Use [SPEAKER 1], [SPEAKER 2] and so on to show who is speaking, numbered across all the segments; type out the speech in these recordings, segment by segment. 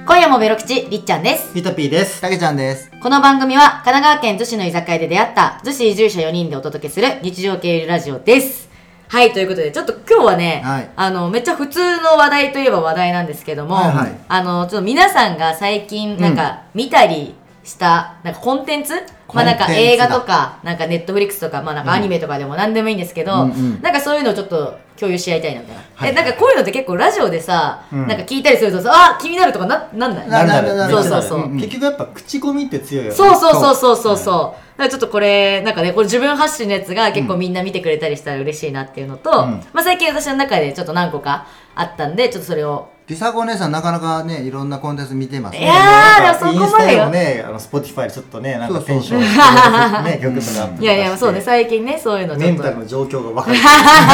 [SPEAKER 1] 今夜もベロ吉りっちゃんです。
[SPEAKER 2] ピトピーです。
[SPEAKER 3] たけちゃんです。
[SPEAKER 1] この番組は神奈川県逗子の居酒屋で出会った逗子移住者4人でお届けする日常系ラジオです。はい、ということでちょっと今日はね、めっちゃ普通の話題といえば話題なんですけども、ちょっと皆さんが最近なんか見たりしたなんかコンテンツ、なんか映画とかなんかネットフリックスとかなんかアニメとかでも何でもいいんですけど、なんかそういうのをちょっと共有し合いたいなみたいな。なんかこういうのって結構ラジオでさ、なんか聞いたりするとさ、あ、気になるとかなんない？
[SPEAKER 2] なる。
[SPEAKER 1] そう。
[SPEAKER 2] 結局やっぱ口コミって強いよね。
[SPEAKER 1] そう。だからちょっとこれなんかね、これ自分発信のやつが結構みんな見てくれたりしたら嬉しいなっていうのと、最近私の中でちょっと何個かあったんで、ちょっとそれを。
[SPEAKER 3] りさこお姉さんなかなかね、いろんなコンテンツ見てますね。
[SPEAKER 1] いやー、でもそこまでよ。
[SPEAKER 2] インスタでもね、Spotify でちょっとね、なんかテンションね、曲とかあったりとかして。
[SPEAKER 1] いや、そうね、最近ね、そういうのちょっと。
[SPEAKER 2] メンタルの状況が分かる。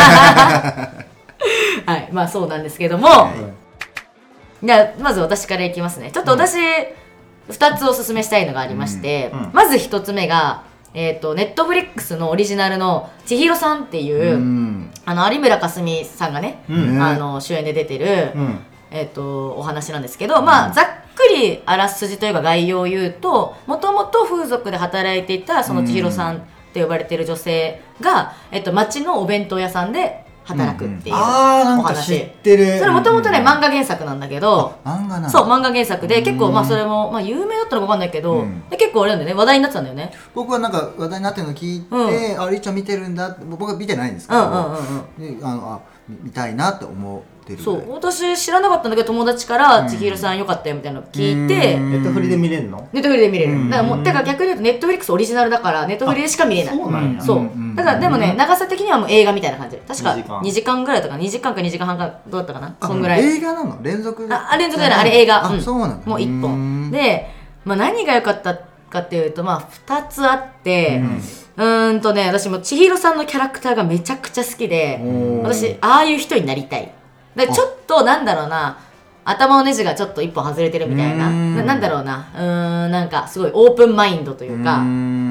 [SPEAKER 1] はい、まあそうなんですけども。じゃあ、まず私からいきますね。ちょっと私、2つおすすめしたいのがありまして、まず1つ目が、ネットフリックスのオリジナルの千尋さんっていう、有村架純さんがね、主演で出てる、お話なんですけど、ざっくりあらすじというか概要を言うと、もともと風俗で働いていたその千尋さんって呼ばれている女性が、町のお弁当屋さんで働くっていうお話。
[SPEAKER 2] なんか知ってる。
[SPEAKER 1] それもともとね、漫画原作なんだけど、そう漫画原作で結構それも有名だったのか分かんないけど、結構あれなんだよね、話題になってたんだよね。
[SPEAKER 3] 僕はなんか話題になってるの聞いて、あ、りっちゃん見てるんだって、僕は見てないんですけど、見たいなって思ってる。
[SPEAKER 1] そう、私知らなかったんだけど、友達から千尋さんよかったよみたいなの聞いて、
[SPEAKER 2] ネットフリで見れるの？
[SPEAKER 1] ネットフリで見れる。だから逆に言うとネットフリックスオリジナルだからネットフリでしか見れない。
[SPEAKER 2] そうなんや。
[SPEAKER 1] そう。だからでもね、長さ的にはもう映画みたいな感じで、確か2時間ぐらいとか2時間か2時間半かどうだったかな、そんぐらい。
[SPEAKER 3] 映画なの？連続？
[SPEAKER 1] 連続じゃない、あれ映画。
[SPEAKER 3] そうなんだ。
[SPEAKER 1] もう1本で、何が良かったかっていうと、2つあって、私も千尋さんのキャラクターがめちゃくちゃ好きで、私ああいう人になりたい。だからちょっとなんだろうな、頭のネジがちょっと一本外れてるみたいな、なんだろうな、なんかすごいオープンマインドというか、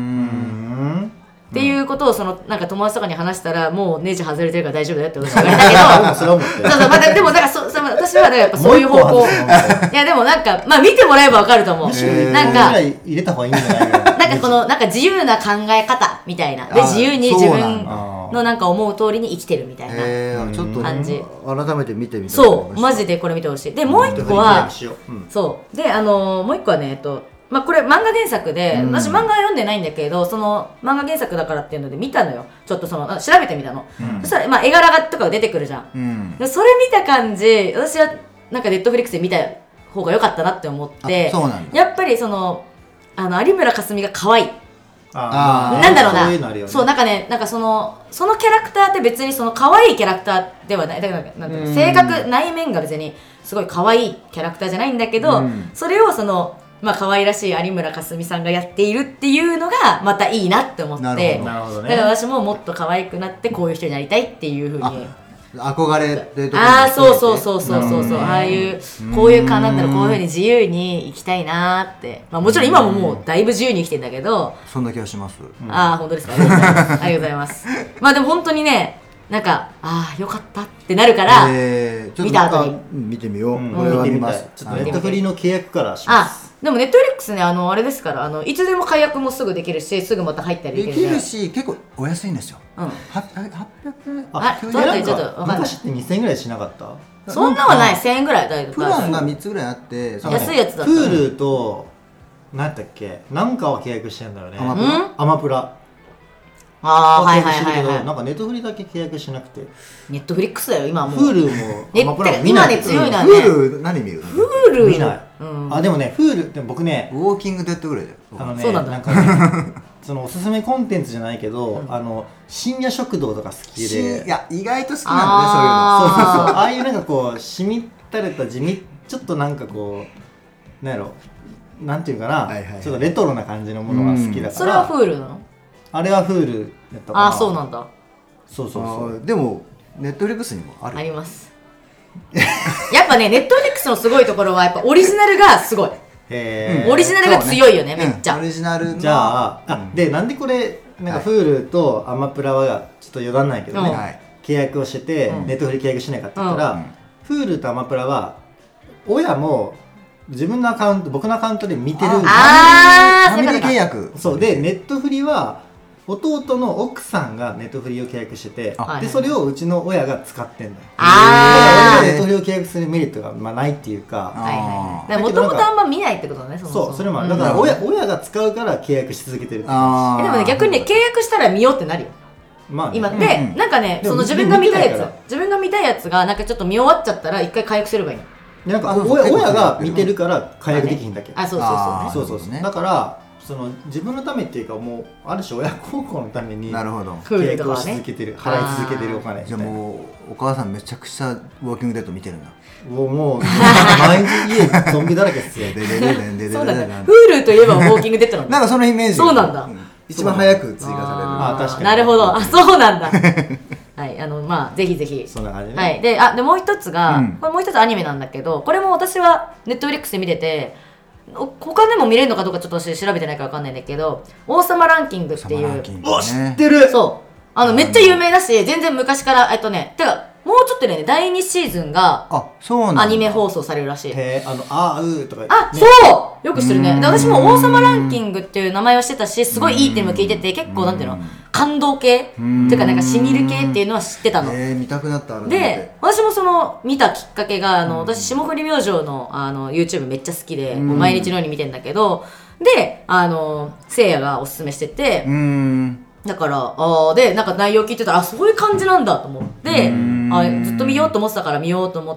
[SPEAKER 1] っていうことをなんか友達とかに話したら、もうネジ外れてるから大丈夫だよって私は言われたけど、でもなんか私はやっぱそういう方向。いやでもなんか見てもらえばわかると思う。
[SPEAKER 2] なんか入れた方がいいんじゃないかな。
[SPEAKER 1] なんかなんか自由な考え方みたいなで、自由に自分のなんか思う通りに生きてるみたいな感じ。
[SPEAKER 3] 改めて見てみたい。
[SPEAKER 1] そう、マジでこれ見てほしい。でもう一個は、そうでもう一個はね、これ漫画原作で、私漫画は読んでないんだけど、その漫画原作だからっていうので見たのよ。ちょっと調べてみたの。そしたら絵柄とかが出てくるじゃん。でそれ見た感じ、私はなんかネットフリックスで見た方が良かったなって思って、やっぱり有村架純が可愛い。なんだろうな、そうなんかね、なんかそのキャラクターって別に可愛いキャラクターではない。だからなんていうの、性格内面が別にすごい可愛いキャラクターじゃないんだけど、それを可愛らしい有村架純さんがやっているっていうのがまたいいなって思って、だから私ももっと可愛くなってこういう人になりたいっていうふうに。
[SPEAKER 3] 憧れてるとこ
[SPEAKER 1] ろ。そうああいうこういうなんだろう、こういうふうに自由に生きたいなって。もちろん今ももうだいぶ自由に生きてんだけど。
[SPEAKER 3] そんな気がします。
[SPEAKER 1] 本当ですか。ありがとうございます。でも本当にね、なんかよかったってなるから、見た後に
[SPEAKER 3] 見てみよう。これは見ます。
[SPEAKER 2] ちょっとネットフリの契約からします。
[SPEAKER 1] でもネットフリックスね、あれですから、いつでも解約もすぐできるし、すぐまた入ったり
[SPEAKER 3] できるし、結構お安いんですよ。800
[SPEAKER 1] 円。ちょっと分かんない。
[SPEAKER 2] 昔って2000円ぐらいしなかった？
[SPEAKER 1] そんなはない、1000円ぐらいだよ。
[SPEAKER 3] プランが3つぐらいあって、
[SPEAKER 1] 安いやつだった。
[SPEAKER 2] Hulu と何だっけ、なんかは契約してんだよね。アマプラ。なんかネットフリだけ契約しなくて。
[SPEAKER 1] ネットフリックスだよ今もう。
[SPEAKER 2] Hulu もアマプラも見ない。
[SPEAKER 1] 今ね強いなね。
[SPEAKER 3] Hulu 何見る
[SPEAKER 1] ？Hulu
[SPEAKER 2] 見ない。でもね、Hulu でも僕ね、
[SPEAKER 3] ウォーキングデッドぐらいだよ。
[SPEAKER 1] そうなんだ。
[SPEAKER 2] なんかね、おすすめコンテンツじゃないけど、深夜食堂とか好きで。
[SPEAKER 3] いや意外と好きなんだね、そういうの。
[SPEAKER 2] そう。ああいうなんかこうしみったれたちょっとなんかこうなんやろ、なんていうかな、ちょっとレトロな感じのものが好きだから。
[SPEAKER 1] それは Hulu なの？
[SPEAKER 2] あれは Hulu やったかな。
[SPEAKER 1] そうなんだ。
[SPEAKER 3] そうでもネットフリックスにもある。
[SPEAKER 1] あります。やっぱね、ネットフリックスのすごいところはやっぱオリジナルがすごい。オリジナルが強いよね、めっちゃ。
[SPEAKER 3] オリジナル。
[SPEAKER 2] じゃあで、なんでこれなんか Hulu とアマプラはちょっと余談ないけどね、契約をしててネットフリ契約しないかって言ったら、Hulu とアマプラは親も自分のアカウント、僕のアカウントで見てるフ
[SPEAKER 3] ァミリー契約。
[SPEAKER 2] そうで、ネットフリは弟の奥さんがネットフリを契約してて、でそれをうちの親が使ってんのよ。俺がネットフリを契約するメリットがないっていうか、
[SPEAKER 1] もともとあんま見ないってことね。
[SPEAKER 2] そう、それもだから親が使うから契約し続けてるって感
[SPEAKER 1] じ。でもね、逆にね、契約したら見ようってなるよ。まあ今で、なんかね、その自分が見たいやつがなんかちょっと見終わっちゃったら一回解約すればいいの。
[SPEAKER 2] なんか親が見てるから解約できひんだけ。
[SPEAKER 1] そう
[SPEAKER 2] ね。だからその自分のためっていうか、もうある種親孝行のために契約をし続けてる、払い続けてるお金。
[SPEAKER 3] じゃあもうお母さんめちゃくちゃウォーキングデッド見てるんだ。
[SPEAKER 2] もう毎日家ゾンビだらけっすよ。
[SPEAKER 1] そうだね。Hulu といえばウォーキングデッドなんだ。
[SPEAKER 3] なんかそのイメージ。
[SPEAKER 1] そうなんだ。
[SPEAKER 3] 一番早く追加される。
[SPEAKER 2] 確かに。
[SPEAKER 1] なるほど。そうなんだ。はい、まあぜひぜひ。
[SPEAKER 2] そんな感じね。
[SPEAKER 1] はい。でもう一つが、これもう一つアニメなんだけど、これも私はネットフリックスで見てて、他でも見れるのかどうかちょっと私調べてないから分かんないんだけど、王様ランキングっていう。
[SPEAKER 2] 知ってる。
[SPEAKER 1] そうめっちゃ有名だし、全然昔からてかもうちょっとね、第2シーズンがアニメ放送されるらしい。
[SPEAKER 2] とか。
[SPEAKER 1] そうよく知ってるね。で、私も王様ランキングっていう名前はしてたし、すごいいいっていうのも聞いてて、結構なんていうの、感動系っていうかなんかしみる系っていうのは知ってたの。
[SPEAKER 3] 見たくなった。
[SPEAKER 1] で、私もその見たきっかけが私霜降り明星のYouTube めっちゃ好きで、もう毎日のように見てんだけど、でせいやがおすすめしてて、だからでなんか内容聞いてたら、そういう感じなんだと思って、ずっと見ようと思ってたから見ようと思って、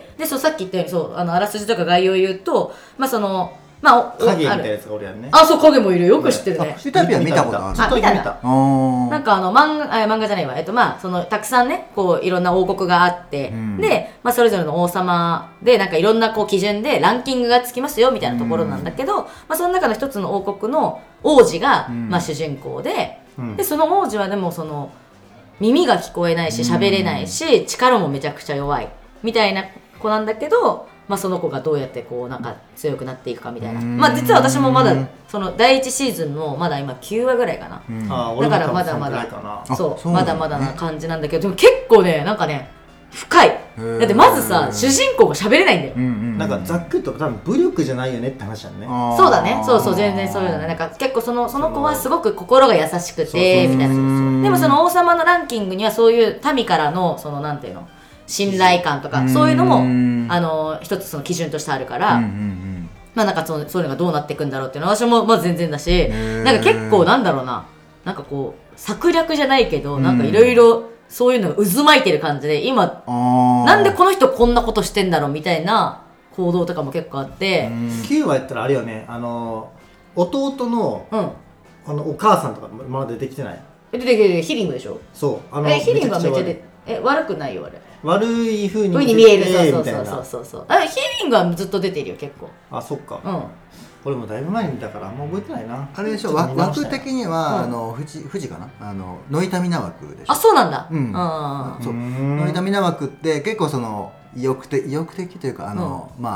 [SPEAKER 1] でさっき言ったようにあらすじとか概要を言うと、
[SPEAKER 2] 影みたいなやつがおるやんね。
[SPEAKER 1] そう、影もいるよ。よく知ってるね。
[SPEAKER 3] シュタピは見たことある。
[SPEAKER 1] 見た。なんか漫画じゃないわ。そのたくさんね、こういろんな王国があって、で、それぞれの王様でなんかいろんなこう基準でランキングがつきますよみたいなところなんだけど、その中の一つの王国の王子が主人公で、その王子はでもその耳が聞こえないし喋れないし、力もめちゃくちゃ弱いみたいな子なんだけど、その子がどうやってこうなんか強くなっていくかみたいな。実は私もまだその第1シーズンのまだ今9話ぐらいかな。だからまだまだまだまだな感じなんだけど、でも結構ね、なんかね深い。だってまずさ、主人公が喋れないんだよ。
[SPEAKER 2] なんかざっくりと多分武力じゃないよねって話だね。
[SPEAKER 1] そうだね。そう全然そういうのね。なんか結構その子はすごく心が優しくてみたいな。でもその王様のランキングにはそういう民からのそのなんていうの、信頼感とかそういうのも一つその基準としてあるから、なんかそういうのがどうなっていくんだろうっていうのは私も全然だし、なんか結構なんだろうな、なんかこう策略じゃないけど、なんかいろいろそういうのが渦巻いてる感じで、今なんでこの人こんなことしてんだろうみたいな行動とかも結構あって、
[SPEAKER 2] 9話やったらあれよね、弟のお母さんとかまだ出てきてない？
[SPEAKER 1] 出てきてる。ヒリングでしょ。
[SPEAKER 2] そう
[SPEAKER 1] ヒリングはめっちゃで悪くないよあれ。
[SPEAKER 2] 悪い風に
[SPEAKER 1] 見える。そうヒリングはずっと出てるよ結構。
[SPEAKER 2] そっか。俺もだいぶ前に見たからあんま覚えてないな。
[SPEAKER 3] あれでしょ、枠的には富士かな、ノイタミナ枠でしょ。
[SPEAKER 1] そうなんだ。
[SPEAKER 3] そうノイタミナ枠って結構その意欲的というか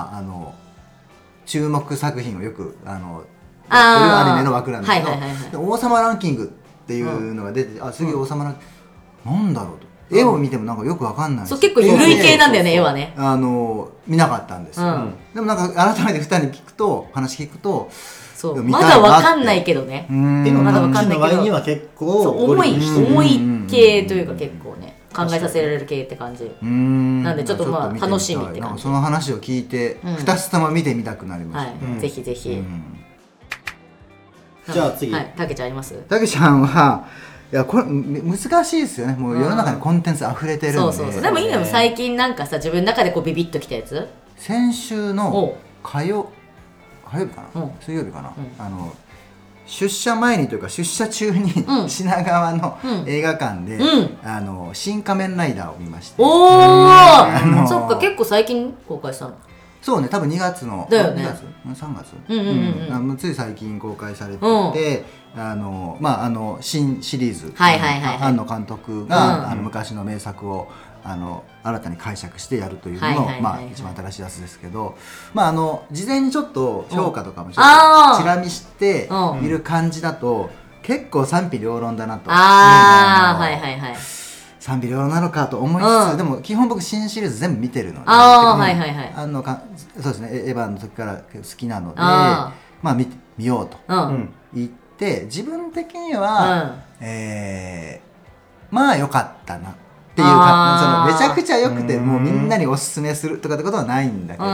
[SPEAKER 3] 注目作品をよくそういうアニメの枠なんだけど、王様ランキングっていうのが出て、次王様ランキングなんだろうと。絵を見てもなんかよくわかんない。
[SPEAKER 1] そう、結構ゆるい系なんだよね、絵はね。
[SPEAKER 3] 見なかったんですよ。でもなんか改めて2人に話聞くと、
[SPEAKER 1] そうまだわかんないけどね。
[SPEAKER 2] でもまだわかんないけど、は結構
[SPEAKER 1] 重い系というか結構ね、考えさせられる系って感じ。なんでちょっと楽しみって感じ。
[SPEAKER 3] その話を聞いて2つとも見てみたくなりました。
[SPEAKER 1] ぜひぜひ。
[SPEAKER 2] じゃあ次、
[SPEAKER 1] たけちゃんあります？
[SPEAKER 3] たけちゃんはいやこれ難しいですよね。もう世の中にコンテンツ溢れてるんで。
[SPEAKER 1] そうでもいいのよ。最近なんかさ、自分の中でこうビビッときたやつ。
[SPEAKER 3] 先週の火曜日かな、水曜日かな、出社前にというか出社中に品川の映画館で新仮面ライダーを見まして。
[SPEAKER 1] そっか、結構最近公開したの。
[SPEAKER 3] そうね、多分2月の
[SPEAKER 1] だよね。
[SPEAKER 3] 3月、つい最近公開されてて、新シリーズ、庵野監督が昔の名作を新たに解釈してやるというのの一番新しいやつですけど、事前にちょっと評価とかもちょっとチラ見して見る感じだと結構賛否両論だなと。 賛否両論なのかと思いつつ、でも基本僕新シリーズ全部見てるので、そうですね、エヴァの時から好きなので、まあ見ようと言って、自分的には、まあ良かったなっていうか、そのめちゃくちゃ良くてもうみんなにおすすめするとかってことはないんだけど、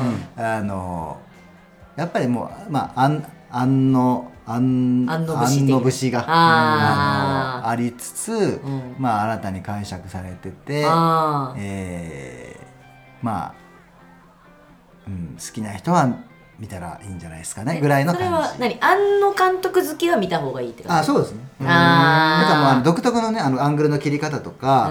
[SPEAKER 3] やっぱりもうまあ安の節がありつつ、まあ新たに解釈されてて、まあ、好きな人は見たらいいんじゃないですかねぐらいの感じ。それは
[SPEAKER 1] 何、庵野監督好きは見た方がいいって感じ？
[SPEAKER 3] そうですね。なんかもう独特のね、アングルの切り方とか、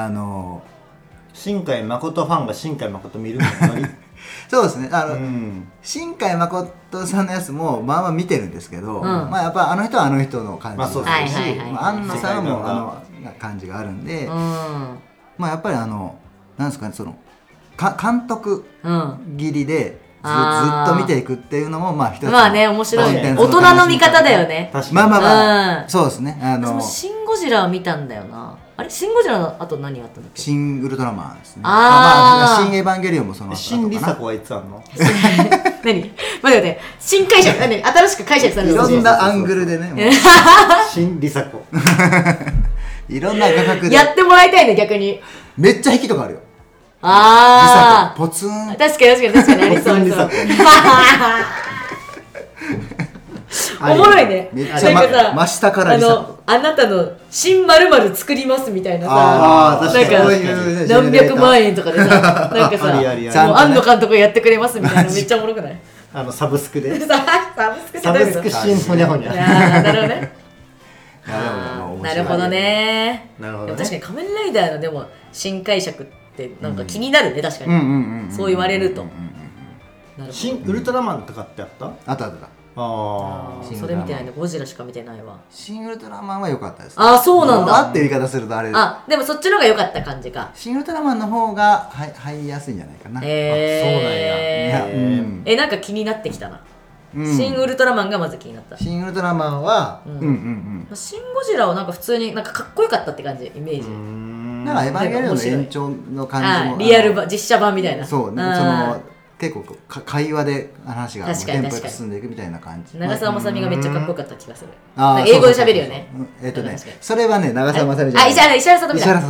[SPEAKER 2] 新海誠ファンが新海誠見るのに
[SPEAKER 3] そうですね、新海誠さんのやつもまあまあ見てるんですけど、まあやっぱあの人はあの人の感じですし、庵野さんも感じがあるんで、まあやっぱりなんですかね、その監督切りでずっと見ていくっていうのもまあ一つ、
[SPEAKER 1] まあね、面白いね、大人の見方だよね。
[SPEAKER 3] まあまあまあ、そうですね。
[SPEAKER 1] 私もシン・ゴジラを見たんだよな。あれ、シン・ゴジラの後何やったんだっけ？
[SPEAKER 3] シン・ウルトラマンですね。シン・エヴァンゲリオンもその
[SPEAKER 2] シン・リサ子はいつあんの？
[SPEAKER 1] 何？待って待って、新解釈、新しく解釈される。
[SPEAKER 3] いろんなアングルでね。
[SPEAKER 2] シン・リサ子。
[SPEAKER 3] いろんな画角で。
[SPEAKER 1] やってもらいたいね、逆に。
[SPEAKER 3] めっちゃ引きとかあるよ。リサ子、ポツン。
[SPEAKER 1] 確かにありそう。おもろいね。
[SPEAKER 3] めっちゃ真下からリサ子。
[SPEAKER 1] あなたの新〇〇作りますみたいなさ、なんか何百万円とかでさ、なんかさ、もう庵野監督がやってくれますみたいな、めっちゃおもろくない？
[SPEAKER 2] サブスクで。
[SPEAKER 1] サブスク
[SPEAKER 2] 新ほにゃほにゃ。
[SPEAKER 1] なるほどね。なるほどね。でも確かに仮面ライダーのでも新解釈ってなんか気になるね、確かに。そう言われると。
[SPEAKER 2] 新ウルトラマンとかってあった？
[SPEAKER 3] あった。
[SPEAKER 1] それ見てないんで、ゴジラしか見てないわ。
[SPEAKER 3] シン・ウルトラマンは良かったです。
[SPEAKER 1] そうなんだ。
[SPEAKER 3] っていう言い方するとあれ。
[SPEAKER 1] でもそっちの方が良かった感じか。
[SPEAKER 3] シン・ウルトラマンの方が入りやすいんじゃないかな。
[SPEAKER 2] そうなん
[SPEAKER 1] や。なんか気になってきたな。シン・ウルトラマンがまず気になった。
[SPEAKER 3] シン・ウルトラマンは、
[SPEAKER 1] シン・ゴジラはなんか普通になんかかっこよかったって感じ、イメージ。
[SPEAKER 3] なんかエヴァンゲリオンの延長の感じも。
[SPEAKER 1] リアル実写版みたいな。
[SPEAKER 3] そうね、その結構会話で話がテンポよく進んでいくみたいな感じ。
[SPEAKER 1] 長澤まさみがめっちゃかっこよかった気がする。英語で喋るよね。
[SPEAKER 3] それはね、長澤まさみじゃない。
[SPEAKER 1] 石原さとみだ。そう。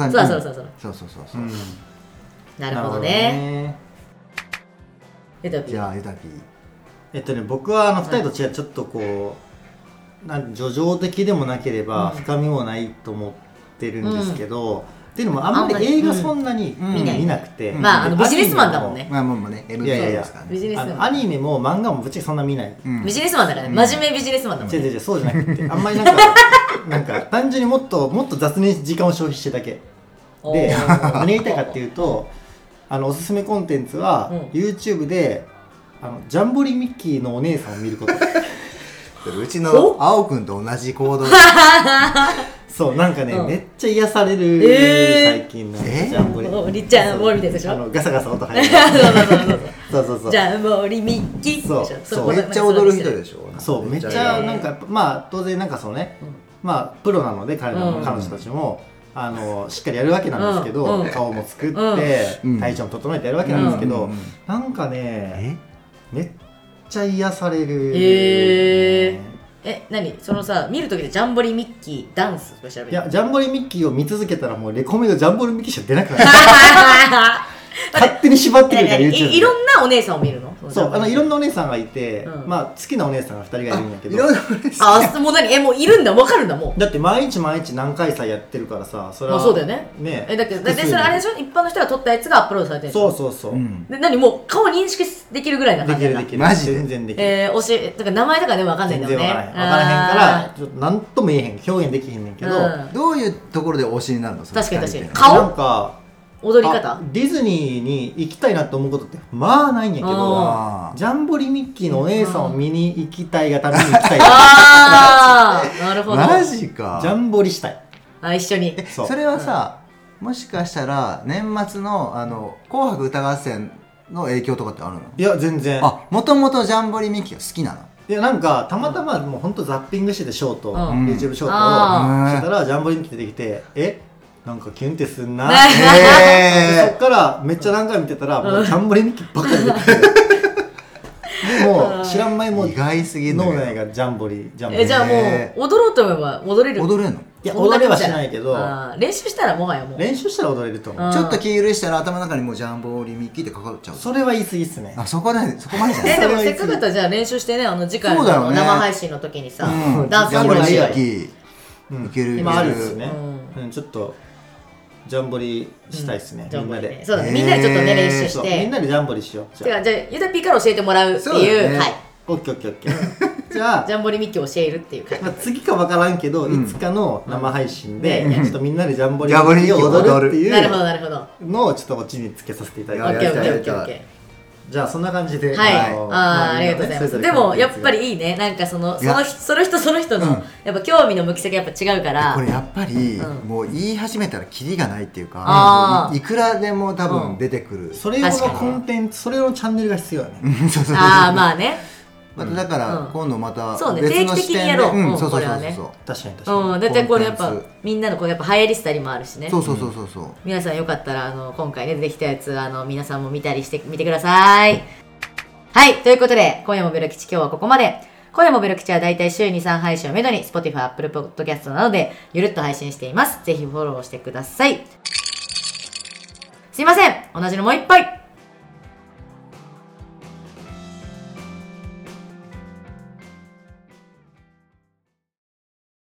[SPEAKER 1] なるほどね。
[SPEAKER 3] じゃあユタピー。
[SPEAKER 2] 僕は2人と違う、ちょっとこう叙情的でもなければ深みもないと思ってるんですけど、っていうのもあんまり映画そんなに見なくて、
[SPEAKER 1] まあビジネスマンだもんね。
[SPEAKER 3] まあもうね、
[SPEAKER 2] いやビジネスマン、アニメも漫画もぶっちゃけそんな見ない。
[SPEAKER 1] ビジネスマンだからね、真面目ビジネスマンだもんね。
[SPEAKER 2] 違うそうじゃなくて、あんまりなんか単純にもっと雑に時間を消費してるだけで、何言いたいかっていうと、おすすめコンテンツは YouTube でジャンボリミッキーのお姉さんを見ること。
[SPEAKER 3] うちの青くんと同じ行動。
[SPEAKER 2] そう、なんかね、めっちゃ癒される、最近のジャンボリ
[SPEAKER 1] ジャンボリみたいでしょ。
[SPEAKER 2] ガサガサ音入る。そう
[SPEAKER 1] ジャンボリミッキー。
[SPEAKER 3] そうめっちゃ踊る人でしょ。
[SPEAKER 2] そうめっちゃなんかまあ当然なんかそのね、まあプロなので彼女たちもしっかりやるわけなんですけど、顔も作って体調も整えてやるわけなんですけど、なんかねめっちゃ癒される。
[SPEAKER 1] 何そのさ、見るときでジャンボリミッキーダンスとか調べる？
[SPEAKER 2] いや、ジャンボリミッキーを見続けたらもうレコメがジャンボリミッキーしか出なくなる。勝手に縛ってくるから YouTube で。
[SPEAKER 1] いろんなお姉さんを見るの？
[SPEAKER 2] そう、いろんなお姉さんがいて、まあ好きなお姉さんが2人がいるんだけど。
[SPEAKER 3] いろんなお姉さん。
[SPEAKER 1] もう何？もういるんだ、分かるんだもう。
[SPEAKER 2] だって毎日何回さやってるからさ、それは。
[SPEAKER 1] そうだよね。だってそれあれでしょ？一般の人が撮ったやつがアップロードされてる。
[SPEAKER 2] そう。
[SPEAKER 1] で何もう顔認識できるぐらいな感じ？
[SPEAKER 2] できる。
[SPEAKER 3] マジで
[SPEAKER 2] 全然できる。
[SPEAKER 1] だから名前とかでも分かんないんだよね。
[SPEAKER 2] 分からへんからちょっと何とも言えへん、表現できへんねんけど。
[SPEAKER 3] どういうところで推しになるの？
[SPEAKER 1] 確かに。
[SPEAKER 2] 顔？なんか。
[SPEAKER 1] 踊り方？
[SPEAKER 2] ディズニーに行きたいなと思うことってまあないんやけど、ジャンボリミッキーのお姉さんを見に行きたいがために行きたい。
[SPEAKER 1] なるほど。
[SPEAKER 3] マジか。
[SPEAKER 2] ジャンボリしたい。
[SPEAKER 1] 一緒に。
[SPEAKER 3] それはさ、もしかしたら年末の紅白歌合戦の影響とかってあるの？
[SPEAKER 2] いや全然。
[SPEAKER 3] もともとジャンボリミッキーが好きなの？
[SPEAKER 2] いやなんかたまたまもうほんとザッピングしててショート、YouTube ショートをしてたらジャンボリミッキー出てきて、 なんかキュンってすんな、そっからめっちゃ何回見てたらもうジャンボリミッキーばっかり出てきてでも知らん前も
[SPEAKER 3] 意外すぎる
[SPEAKER 2] 脳内がジャンボリジャンボリ
[SPEAKER 1] じゃあもう踊ろうと思えば踊れる。
[SPEAKER 3] 踊れんの？
[SPEAKER 2] いや踊れはしないけど
[SPEAKER 1] 練習したらもはやもう
[SPEAKER 2] 練習したら踊れると思う。
[SPEAKER 3] ちょっと気許したら頭の中にもうジャンボリミッキーってかかっちゃう。
[SPEAKER 2] それは言い過ぎっすね。
[SPEAKER 3] あ、そこまでじゃない
[SPEAKER 1] でもせっかくだったらじゃあ練習してね、次回の生配信の時にさ、ダンス
[SPEAKER 3] ジャンボリミ
[SPEAKER 1] しよ
[SPEAKER 3] ッキーいける。
[SPEAKER 2] 今あるっすね。ちょっとジャンボリしたいっすね、みんなで。
[SPEAKER 1] そうだね、みんなでちょっとね練習して
[SPEAKER 2] みんなでジャンボリしよう。
[SPEAKER 1] じゃあゆたぴーから教えてもらうっていう、はい、
[SPEAKER 2] オッケーオッケーオッケー。じゃあ
[SPEAKER 1] ジャンボリミッキーを教えるっていう感じ。
[SPEAKER 2] 次か分からんけど、いつかの生配信でちょっとみんなでジャンボリミッキーを踊るっていう
[SPEAKER 1] なるほどなるほど
[SPEAKER 2] のをちょっとオチにつけさせていただきます。
[SPEAKER 1] オッケーオッケーオッケーオッケー。
[SPEAKER 2] じゃあそんな感じで、
[SPEAKER 1] はい、ありがとうございます。でもやっぱりいいね、なんかその人のやっぱ興味の向き先がやっぱ違うから、
[SPEAKER 3] これやっぱりもう言い始めたらキリがないっていうか、いくらでも多分出てくる。
[SPEAKER 2] それ用のコンテンツ、それ用のチャンネルが必要やね。
[SPEAKER 1] ああまあね。
[SPEAKER 3] まただから今度また
[SPEAKER 1] そうね、定期的にやろう。これはね。
[SPEAKER 2] 確かに確かに。
[SPEAKER 1] だってこれやっぱみんなのこうやっぱ流行りしたりもあるしね。
[SPEAKER 3] そう
[SPEAKER 1] 皆さんよかったら今回ね出てきたやつ皆さんも見たりしてみてください。はい、ということで今夜もベロ吉、今日はここまで。今夜もベロ吉はだいたい週 2,3 配信をめどに Spotify、Apple Podcast などでゆるっと配信しています。ぜひフォローしてください。すいません、同じのもう一杯。